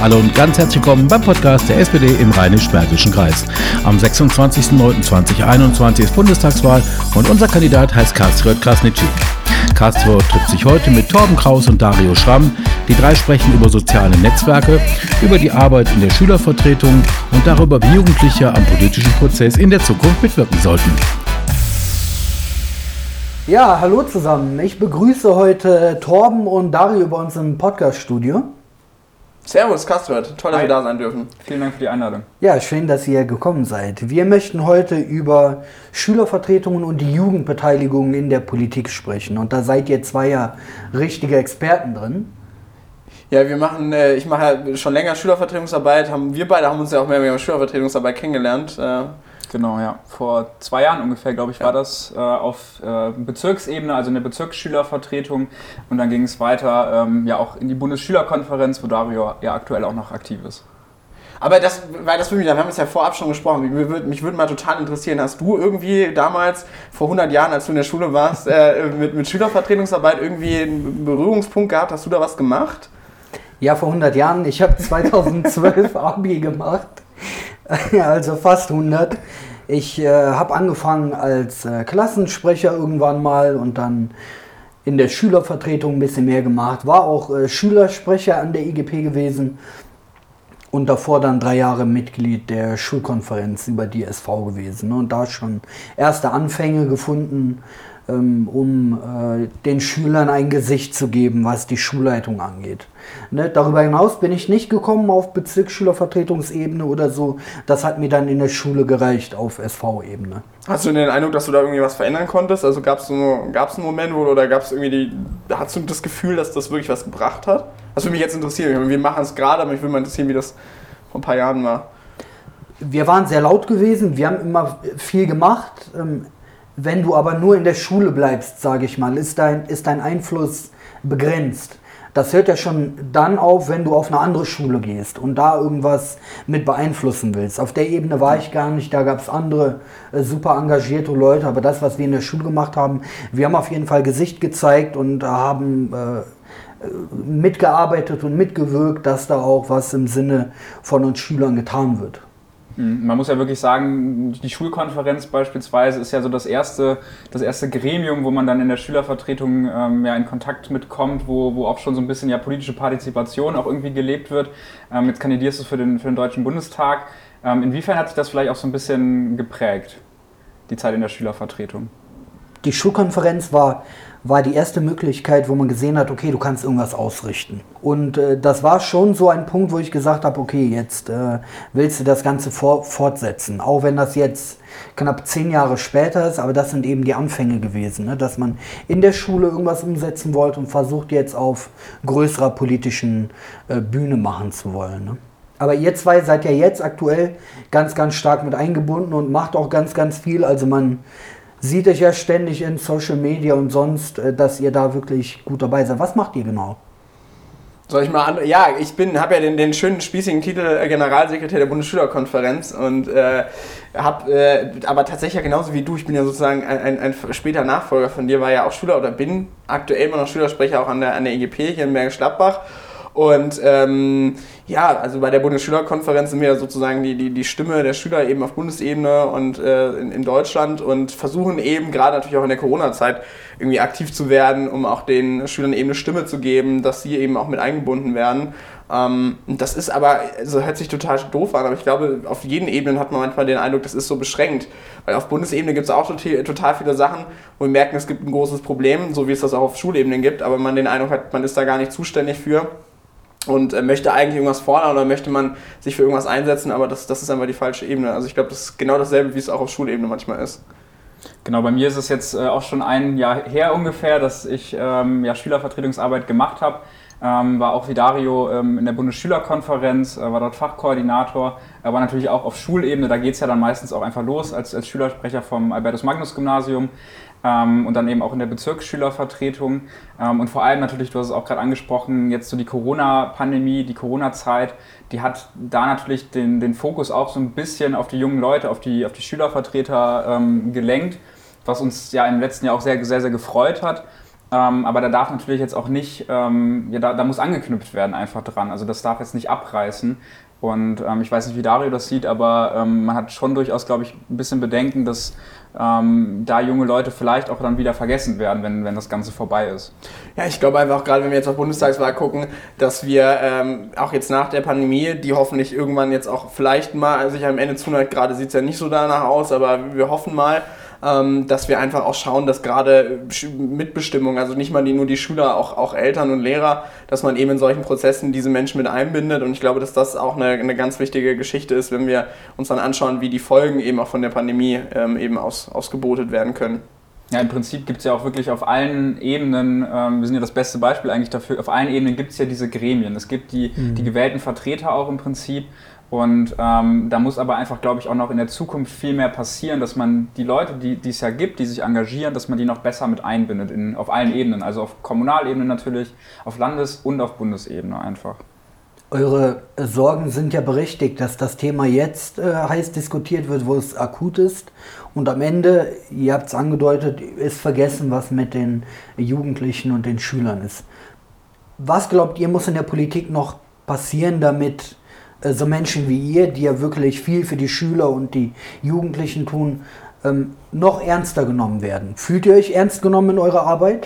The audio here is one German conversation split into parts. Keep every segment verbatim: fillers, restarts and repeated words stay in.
Hallo und ganz herzlich willkommen beim Podcast der S P D im Rheinisch-Bergischen Kreis. Am sechsundzwanzigsten neunten zweitausendeinundzwanzig ist Bundestagswahl und unser Kandidat heißt Kastriot Krasniqi. Kastriot trifft sich heute mit Torben Kraus und Dario Schramm. Die drei sprechen über soziale Netzwerke, über die Arbeit in der Schülervertretung und darüber, wie Jugendliche am politischen Prozess in der Zukunft mitwirken sollten. Ja, hallo zusammen. Ich begrüße heute Torben und Dario bei uns im Podcast-Studio. Servus, Kastriot. Toll, dass Hi. wir da sein dürfen. Vielen Dank für die Einladung. Ja, schön, dass ihr gekommen seid. Wir möchten heute über Schülervertretungen und die Jugendbeteiligung in der Politik sprechen. Und da seid ihr zwei ja richtige Experten drin. Ja, wir machen, äh, ich mache ja schon länger Schülervertretungsarbeit. Haben, wir beide haben uns ja auch mehr und mehr mit Schülervertretungsarbeit kennengelernt. Äh, Genau, ja. Vor zwei Jahren ungefähr, glaube ich, war das äh, auf äh, Bezirksebene, also in der Bezirksschülervertretung. Und dann ging es weiter ähm, ja auch in die Bundesschülerkonferenz, wo Dario ja aktuell auch noch aktiv ist. aber das, weil das für mich, wir haben es ja vorab schon gesprochen, mich würde, mich würde mal total interessieren, hast du irgendwie damals, vor hundert Jahren, als du in der Schule warst, äh, mit, mit Schülervertretungsarbeit irgendwie einen Berührungspunkt gehabt? Hast du da was gemacht? Ja, vor hundert Jahren. Ich habe zweitausendzwölf Abi gemacht. Also fast hundert. Ich äh, habe angefangen als äh, Klassensprecher irgendwann mal und dann in der Schülervertretung ein bisschen mehr gemacht. War auch äh, Schülersprecher an der I G P gewesen und davor dann drei Jahre Mitglied der Schulkonferenz über die S V gewesen. Und da schon erste Anfänge gefunden, ähm, um äh, den Schülern ein Gesicht zu geben, was die Schulleitung angeht. Ne, darüber hinaus bin ich nicht gekommen auf Bezirksschülervertretungsebene oder so. Das hat mir dann in der Schule gereicht auf S V-Ebene. Hast du den Eindruck, dass du da irgendwie was verändern konntest? Also gab es so, gab's einen Moment, wo oder gab es irgendwie die, hast du das Gefühl, dass das wirklich was gebracht hat? Das würde mich jetzt interessieren. Wir machen es gerade, aber mich würde mal interessieren, wie das vor ein paar Jahren war. Wir waren sehr laut gewesen, wir haben immer viel gemacht. Wenn du aber nur in der Schule bleibst, sage ich mal, ist dein, ist dein Einfluss begrenzt. Das hört ja schon dann auf, wenn du auf eine andere Schule gehst und da irgendwas mit beeinflussen willst. Auf der Ebene war ich gar nicht, da gab es andere äh, super engagierte Leute, aber das, was wir in der Schule gemacht haben, wir haben auf jeden Fall Gesicht gezeigt und äh, haben äh, mitgearbeitet und mitgewirkt, dass da auch was im Sinne von uns Schülern getan wird. Man muss ja wirklich sagen, die Schulkonferenz beispielsweise ist ja so das erste, das erste Gremium, wo man dann in der Schülervertretung ähm, ja in Kontakt mitkommt, wo, wo auch schon so ein bisschen ja politische Partizipation auch irgendwie gelebt wird. Ähm, jetzt kandidierst du für den, für den Deutschen Bundestag. Ähm, inwiefern hat sich das vielleicht auch so ein bisschen geprägt, die Zeit in der Schülervertretung? Die Schulkonferenz war, war die erste Möglichkeit, wo man gesehen hat, okay, du kannst irgendwas ausrichten. Und äh, das war schon so ein Punkt, wo ich gesagt habe, okay, jetzt äh, willst du das Ganze for- fortsetzen. Auch wenn das jetzt knapp zehn Jahre später ist, aber das sind eben die Anfänge gewesen, ne? Dass man in der Schule irgendwas umsetzen wollte und versucht jetzt auf größerer politischen äh, Bühne machen zu wollen. Ne? Aber ihr zwei seid ja jetzt aktuell ganz, ganz stark mit eingebunden und macht auch ganz, ganz viel. Also man sieht euch ja ständig in Social Media und sonst, dass ihr da wirklich gut dabei seid. Was macht ihr genau? Soll ich mal an? Ja, ich bin, habe ja den, den schönen spießigen Titel äh, Generalsekretär der Bundesschülerkonferenz und äh, habe äh, aber tatsächlich ja genauso wie du, ich bin ja sozusagen ein, ein, ein später Nachfolger von dir, war ja auch Schüler oder bin aktuell immer noch Schülersprecher auch an der, an der I G P hier in Bergisch Gladbach. Und ähm, ja, also bei der Bundesschülerkonferenz sind wir ja sozusagen die, die, die Stimme der Schüler eben auf Bundesebene und äh, in, in Deutschland und versuchen eben gerade natürlich auch in der Corona-Zeit irgendwie aktiv zu werden, um auch den Schülern eben eine Stimme zu geben, dass sie eben auch mit eingebunden werden. Ähm, das ist aber, also hört sich total doof an, aber ich glaube, auf jeden Ebenen hat man manchmal den Eindruck, das ist so beschränkt. Weil auf Bundesebene gibt es auch total, total viele Sachen, wo wir merken, es gibt ein großes Problem, so wie es das auch auf Schulebenen gibt, aber man den Eindruck hat, man ist da gar nicht zuständig für. Und äh, möchte eigentlich irgendwas fordern oder möchte man sich für irgendwas einsetzen, aber das, das ist einfach die falsche Ebene. Also ich glaube, das ist genau dasselbe, wie es auch auf Schulebene manchmal ist. Genau, bei mir ist es jetzt äh, auch schon ein Jahr her ungefähr, dass ich ähm, ja, Schülervertretungsarbeit gemacht habe. Ähm, war auch wie Dario ähm, in der Bundesschülerkonferenz, äh, war dort Fachkoordinator, aber natürlich auch auf Schulebene, da geht es ja dann meistens auch einfach los als, als Schülersprecher vom Albertus-Magnus-Gymnasium. Ähm, und dann eben auch in der Bezirksschülervertretung ähm, und vor allem natürlich, du hast es auch gerade angesprochen, jetzt so die Corona-Pandemie, die Corona-Zeit, die hat da natürlich den, den Fokus auch so ein bisschen auf die jungen Leute, auf die, auf die Schülervertreter ähm, gelenkt, was uns ja im letzten Jahr auch sehr, sehr, sehr gefreut hat. Ähm, aber da darf natürlich jetzt auch nicht, ähm, ja, da, da muss angeknüpft werden einfach dran. Also das darf jetzt nicht abreißen. Und ähm, ich weiß nicht, wie Dario das sieht, aber ähm, man hat schon durchaus, glaube ich, ein bisschen Bedenken, dass ähm, da junge Leute vielleicht auch dann wieder vergessen werden, wenn, wenn das Ganze vorbei ist. Ja, ich glaube einfach, gerade wenn wir jetzt auf Bundestagswahl gucken, dass wir ähm, auch jetzt nach der Pandemie, die hoffentlich irgendwann jetzt auch vielleicht mal sich am Ende zuneigt, gerade sieht es ja nicht so danach aus, aber wir hoffen mal, ähm, dass wir einfach auch schauen, dass gerade Mitbestimmung, also nicht mal die, nur die Schüler, auch, auch Eltern und Lehrer, dass man eben in solchen Prozessen diese Menschen mit einbindet, und ich glaube, dass das auch eine, eine ganz wichtige Geschichte ist, wenn wir uns dann anschauen, wie die Folgen eben auch von der Pandemie ähm, eben aus, ausgebotet werden können. Ja, im Prinzip gibt es ja auch wirklich auf allen Ebenen, ähm, wir sind ja das beste Beispiel eigentlich dafür, auf allen Ebenen gibt es ja diese Gremien. Es gibt die, mhm. die gewählten Vertreter auch im Prinzip, und ähm, da muss aber einfach, glaube ich, auch noch in der Zukunft viel mehr passieren, dass man die Leute, die die es ja gibt, die sich engagieren, dass man die noch besser mit einbindet, in, auf allen Ebenen, also auf Kommunalebene natürlich, auf Landes- und auf Bundesebene einfach. Eure Sorgen sind ja berechtigt, dass das Thema jetzt äh, heiß diskutiert wird, wo es akut ist. Und am Ende, ihr habt es angedeutet, ist vergessen, was mit den Jugendlichen und den Schülern ist. Was glaubt ihr, muss in der Politik noch passieren, damit äh, so Menschen wie ihr, die ja wirklich viel für die Schüler und die Jugendlichen tun, ähm, noch ernster genommen werden? Fühlt ihr euch ernst genommen in eurer Arbeit?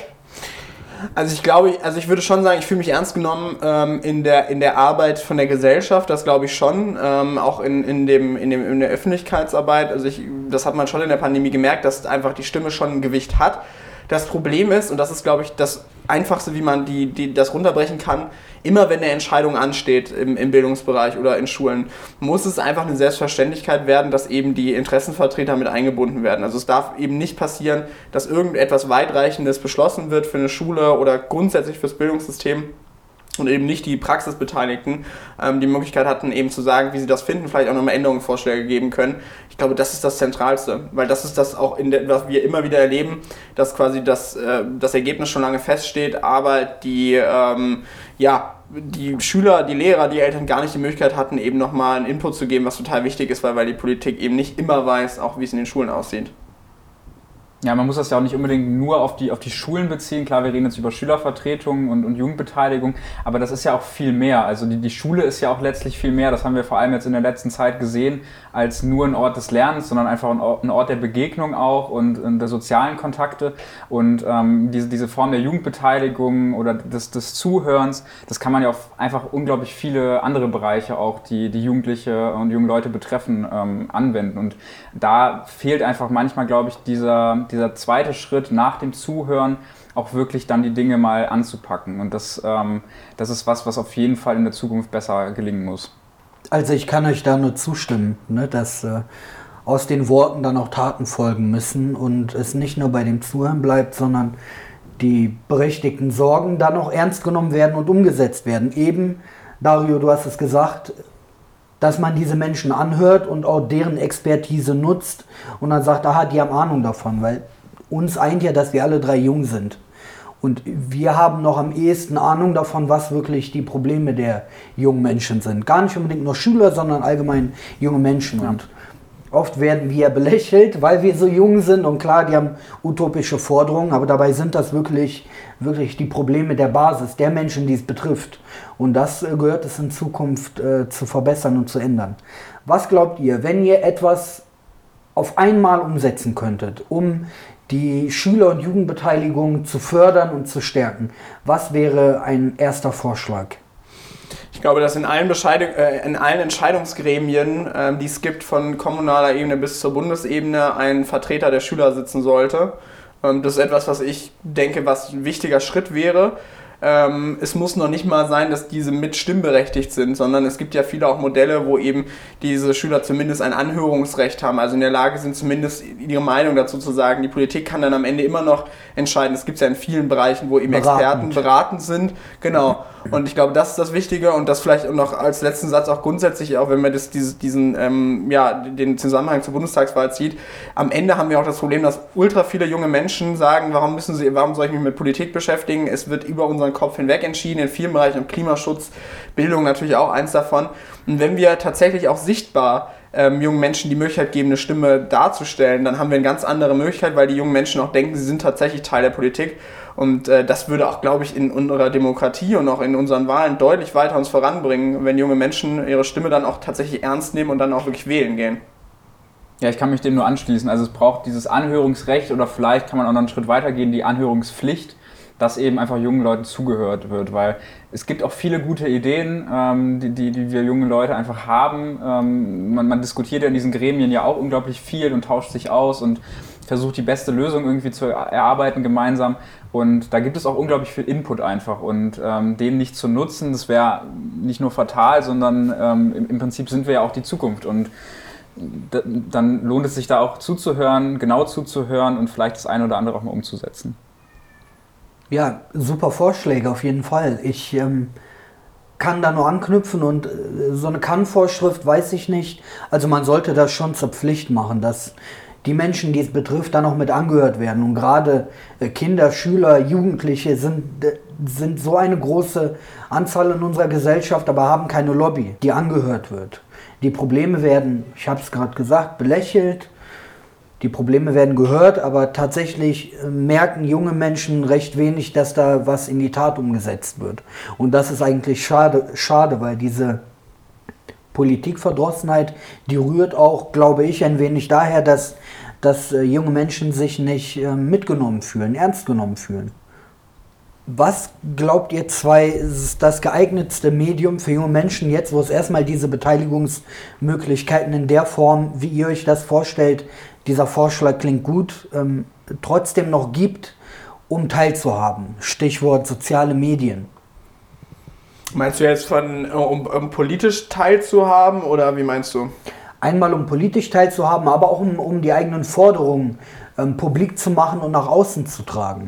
Also ich glaube, also ich würde schon sagen, ich fühle mich ernst genommen ähm, in der in der Arbeit von der Gesellschaft, das glaube ich schon, ähm, auch in, in, dem, in, dem, in der Öffentlichkeitsarbeit. Also ich, das hat man schon in der Pandemie gemerkt, dass einfach die Stimme schon ein Gewicht hat. Das Problem ist, und das ist, glaube ich, das Einfachste, wie man die, die, das runterbrechen kann, immer wenn eine Entscheidung ansteht im, im Bildungsbereich oder in Schulen, muss es einfach eine Selbstverständlichkeit werden, dass eben die Interessenvertreter mit eingebunden werden. Also es darf eben nicht passieren, dass irgendetwas Weitreichendes beschlossen wird für eine Schule oder grundsätzlich fürs Bildungssystem, und eben nicht die Praxisbeteiligten ähm, die Möglichkeit hatten, eben zu sagen, wie sie das finden, vielleicht auch nochmal Änderungsvorschläge geben können. Ich glaube, das ist das Zentralste, weil das ist das auch, in der, was wir immer wieder erleben, dass quasi das, äh, das Ergebnis schon lange feststeht, aber die, ähm, ja, die Schüler, die Lehrer, die Eltern gar nicht die Möglichkeit hatten, eben nochmal einen Input zu geben, was total wichtig ist, weil, weil die Politik eben nicht immer weiß, auch wie es in den Schulen aussieht. Ja, man muss das ja auch nicht unbedingt nur auf die, auf die Schulen beziehen. Klar, wir reden jetzt über Schülervertretungen und, und Jugendbeteiligung, aber das ist ja auch viel mehr. Also die, die Schule ist ja auch letztlich viel mehr, das haben wir vor allem jetzt in der letzten Zeit gesehen, als nur ein Ort des Lernens, sondern einfach ein Ort, ein Ort der Begegnung auch und, und der sozialen Kontakte. Und ähm, diese, diese Form der Jugendbeteiligung oder des, des Zuhörens, das kann man ja auf einfach unglaublich viele andere Bereiche auch, die, die Jugendliche und junge Leute betreffen, ähm, anwenden. Und da fehlt einfach manchmal, glaube ich, dieser dieser zweite Schritt nach dem Zuhören, auch wirklich dann die Dinge mal anzupacken. Und das, ähm, das ist was, was auf jeden Fall in der Zukunft besser gelingen muss. Also ich kann euch da nur zustimmen, ne, dass äh, aus den Worten dann auch Taten folgen müssen und es nicht nur bei dem Zuhören bleibt, sondern die berechtigten Sorgen dann auch ernst genommen werden und umgesetzt werden. Eben, Dario, du hast es gesagt, dass man diese Menschen anhört und auch deren Expertise nutzt und dann sagt, aha, die haben Ahnung davon, weil uns eint ja, dass wir alle drei jung sind. Und wir haben noch am ehesten Ahnung davon, was wirklich die Probleme der jungen Menschen sind. Gar nicht unbedingt nur Schüler, sondern allgemein junge Menschen. Ja. Und oft werden wir belächelt, weil wir so jung sind. Und klar, die haben utopische Forderungen, aber dabei sind das wirklich, wirklich die Probleme der Basis, der Menschen, die es betrifft. Und das äh, gehört es in Zukunft äh, zu verbessern und zu ändern. Was glaubt ihr, wenn ihr etwas auf einmal umsetzen könntet, um die Schüler- und Jugendbeteiligung zu fördern und zu stärken? Was wäre ein erster Vorschlag? Ich glaube, dass in allen, Bescheid- äh, in allen Entscheidungsgremien, äh, die es gibt, von kommunaler Ebene bis zur Bundesebene, ein Vertreter der Schüler sitzen sollte. Ähm, das ist etwas, was ich denke, was ein wichtiger Schritt wäre. Ähm, es muss noch nicht mal sein, dass diese mit stimmberechtigt sind, sondern es gibt ja viele auch Modelle, wo eben diese Schüler zumindest ein Anhörungsrecht haben, also in der Lage sind, zumindest ihre Meinung dazu zu sagen. Die Politik kann dann am Ende immer noch entscheiden. Es gibt ja in vielen Bereichen, wo eben beratend. Experten beratend sind. Genau. Und ich glaube, das ist das Wichtige, und das vielleicht noch als letzten Satz auch grundsätzlich, auch wenn man das, dieses, diesen, ähm, ja, den Zusammenhang zur Bundestagswahl zieht. Am Ende haben wir auch das Problem, dass ultra viele junge Menschen sagen, warum müssen sie, warum soll ich mich mit Politik beschäftigen? Es wird über unseren Kopf hinweg entschieden, in vielen Bereichen, im Klimaschutz, Bildung natürlich auch eins davon. Und wenn wir tatsächlich auch sichtbar ähm, jungen Menschen die Möglichkeit geben, eine Stimme darzustellen, dann haben wir eine ganz andere Möglichkeit, weil die jungen Menschen auch denken, sie sind tatsächlich Teil der Politik. Und äh, das würde auch, glaube ich, in unserer Demokratie und auch in unseren Wahlen deutlich weiter uns voranbringen, wenn junge Menschen ihre Stimme dann auch tatsächlich ernst nehmen und dann auch wirklich wählen gehen. Ja, ich kann mich dem nur anschließen. Also es braucht dieses Anhörungsrecht oder vielleicht kann man auch noch einen Schritt weiter gehen, die Anhörungspflicht, dass eben einfach jungen Leuten zugehört wird, weil es gibt auch viele gute Ideen, ähm, die, die, die wir junge Leute einfach haben. Ähm, man, man diskutiert ja in diesen Gremien ja auch unglaublich viel und tauscht sich aus und versucht die beste Lösung irgendwie zu erarbeiten gemeinsam, und da gibt es auch unglaublich viel Input einfach, und ähm, den nicht zu nutzen, das wäre nicht nur fatal, sondern ähm, im, im Prinzip sind wir ja auch die Zukunft, und d- dann lohnt es sich da auch zuzuhören, genau zuzuhören und vielleicht das eine oder andere auch mal umzusetzen. Ja, super Vorschläge auf jeden Fall. Ich ähm, kann da nur anknüpfen, und äh, so eine Kann-Vorschrift weiß ich nicht. Also man sollte das schon zur Pflicht machen, dass die Menschen, die es betrifft, dann auch mit angehört werden. Und gerade äh, Kinder, Schüler, Jugendliche sind, äh, sind so eine große Anzahl in unserer Gesellschaft, aber haben keine Lobby, die angehört wird. Die Probleme werden, ich habe es gerade gesagt, belächelt. Die Probleme werden gehört, aber tatsächlich äh, merken junge Menschen recht wenig, dass da was in die Tat umgesetzt wird. Und das ist eigentlich schade, schade, weil diese Politikverdrossenheit, die rührt auch, glaube ich, ein wenig daher, dass, dass äh, junge Menschen sich nicht äh, mitgenommen fühlen, ernst genommen fühlen. Was glaubt ihr zwei, ist das geeignetste Medium für junge Menschen jetzt, wo es erstmal diese Beteiligungsmöglichkeiten in der Form, wie ihr euch das vorstellt, dieser Vorschlag klingt gut, ähm, trotzdem noch gibt, um teilzuhaben? Stichwort soziale Medien. Meinst du jetzt von, um, um politisch teilzuhaben, oder wie meinst du? Einmal um politisch teilzuhaben, aber auch um, um die eigenen Forderungen ähm, publik zu machen und nach außen zu tragen.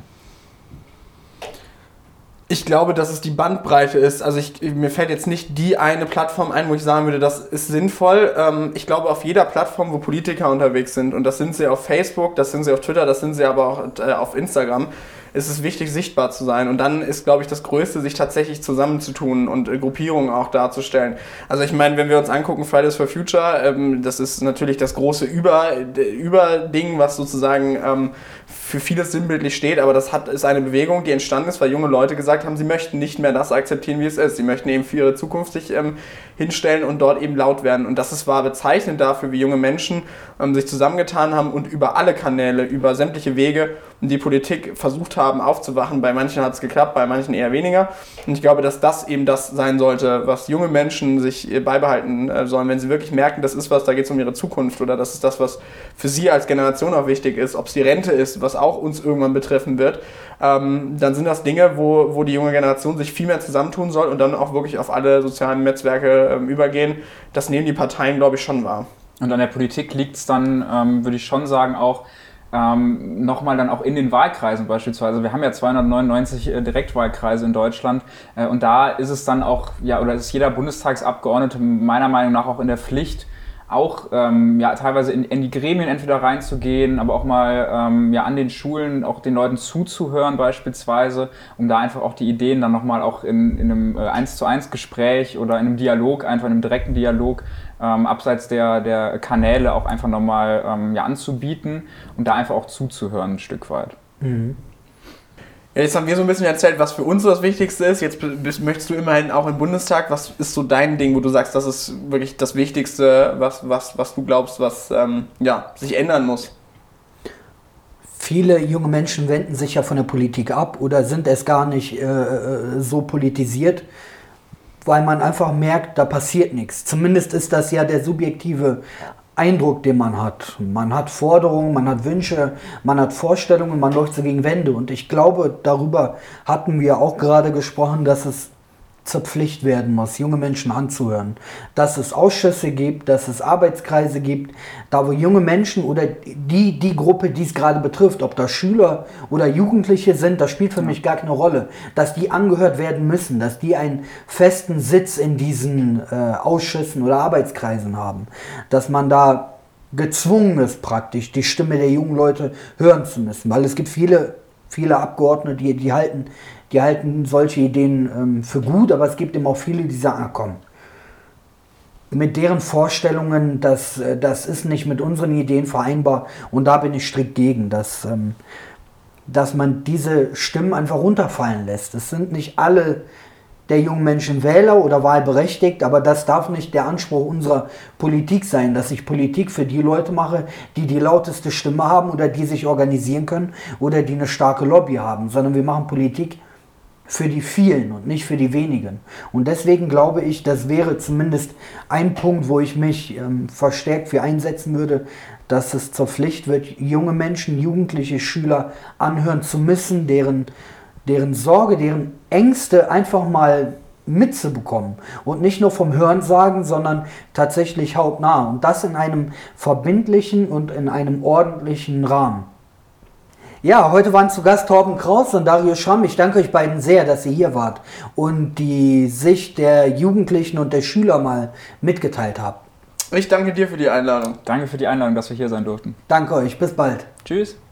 Ich glaube, dass es die Bandbreite ist. Also ich, mir fällt jetzt nicht die eine Plattform ein, wo ich sagen würde, das ist sinnvoll. Ähm, ich glaube, auf jeder Plattform, wo Politiker unterwegs sind, und das sind sie auf Facebook, das sind sie auf Twitter, das sind sie aber auch äh, auf Instagram, ist es wichtig, sichtbar zu sein. Und dann ist, glaube ich, das Größte, sich tatsächlich zusammenzutun und äh, Gruppierungen auch darzustellen. Also ich meine, wenn wir uns angucken, Fridays for Future, ähm, das ist natürlich das große Über, äh, Überding, was sozusagen ähm, für vieles sinnbildlich steht, aber das hat, ist eine Bewegung, die entstanden ist, weil junge Leute gesagt haben, sie möchten nicht mehr das akzeptieren, wie es ist. Sie möchten eben für ihre Zukunft sich ähm, hinstellen und dort eben laut werden. Und das ist, war bezeichnend dafür, wie junge Menschen ähm, sich zusammengetan haben und über alle Kanäle, über sämtliche Wege die Politik versucht haben aufzuwachen. Bei manchen hat es geklappt, bei manchen eher weniger. Und ich glaube, dass das eben das sein sollte, was junge Menschen sich beibehalten sollen, wenn sie wirklich merken, das ist was, da geht es um ihre Zukunft, oder das ist das, was für sie als Generation auch wichtig ist, ob es die Rente ist, was auch uns irgendwann betreffen wird, ähm, dann sind das Dinge, wo, wo die junge Generation sich viel mehr zusammentun soll und dann auch wirklich auf alle sozialen Netzwerke ähm, übergehen. Das nehmen die Parteien, glaube ich, schon wahr. Und an der Politik liegt es dann, ähm, würde ich schon sagen, auch Ähm, nochmal dann auch in den Wahlkreisen beispielsweise. Wir haben ja zweihundertneunundneunzig äh, Direktwahlkreise in Deutschland, äh, und da ist es dann auch, ja, oder ist jeder Bundestagsabgeordnete meiner Meinung nach auch in der Pflicht, auch ähm, ja, teilweise in, in die Gremien entweder reinzugehen, aber auch mal ähm, ja, an den Schulen auch den Leuten zuzuhören beispielsweise, um da einfach auch die Ideen dann nochmal auch in, in einem äh, eins zu eins Gespräch oder in einem Dialog, einfach in einem direkten Dialog, ähm, abseits der, der Kanäle auch einfach nochmal ähm, ja, anzubieten und da einfach auch zuzuhören ein Stück weit. Mhm. Ja, jetzt haben wir so ein bisschen erzählt, was für uns so das Wichtigste ist. Jetzt bist, möchtest du immerhin auch im Bundestag. Was ist so dein Ding, wo du sagst, das ist wirklich das Wichtigste, was, was, was du glaubst, was ähm, ja, sich ändern muss? Viele junge Menschen wenden sich ja von der Politik ab oder sind es gar nicht äh, so politisiert, weil man einfach merkt, da passiert nichts. Zumindest ist das ja der subjektive Eindruck, den man hat. Man hat Forderungen, man hat Wünsche, man hat Vorstellungen, man läuft so gegen Wände. Und ich glaube, darüber hatten wir auch gerade gesprochen, dass es zur Pflicht werden muss, junge Menschen anzuhören. Dass es Ausschüsse gibt, dass es Arbeitskreise gibt, da wo junge Menschen oder die, die Gruppe, die es gerade betrifft, ob das Schüler oder Jugendliche sind, das spielt für mich gar keine Rolle, dass die angehört werden müssen, dass die einen festen Sitz in diesen äh, Ausschüssen oder Arbeitskreisen haben, dass man da gezwungen ist praktisch, die Stimme der jungen Leute hören zu müssen, weil es gibt viele, viele Abgeordnete, die, die halten Die halten solche Ideen ähm, für gut, aber es gibt eben auch viele, die sagen, ah, komm, mit deren Vorstellungen, das, das ist nicht mit unseren Ideen vereinbar und da bin ich strikt gegen, dass, ähm, dass man diese Stimmen einfach runterfallen lässt. Es sind nicht alle der jungen Menschen Wähler oder wahlberechtigt, aber das darf nicht der Anspruch unserer Politik sein, dass ich Politik für die Leute mache, die die lauteste Stimme haben oder die sich organisieren können oder die eine starke Lobby haben, sondern wir machen Politik für die vielen und nicht für die wenigen. Und deswegen glaube ich, das wäre zumindest ein Punkt, wo ich mich ähm, verstärkt für einsetzen würde, dass es zur Pflicht wird, junge Menschen, jugendliche Schüler anhören zu müssen, deren, deren Sorge, deren Ängste einfach mal mitzubekommen. Und nicht nur vom Hörensagen, sondern tatsächlich hautnah. Und das in einem verbindlichen und in einem ordentlichen Rahmen. Ja, heute waren zu Gast Torben Kraus und Dario Schramm. Ich danke euch beiden sehr, dass ihr hier wart und die Sicht der Jugendlichen und der Schüler mal mitgeteilt habt. Ich danke dir für die Einladung. Danke für die Einladung, dass wir hier sein durften. Danke euch, bis bald. Tschüss.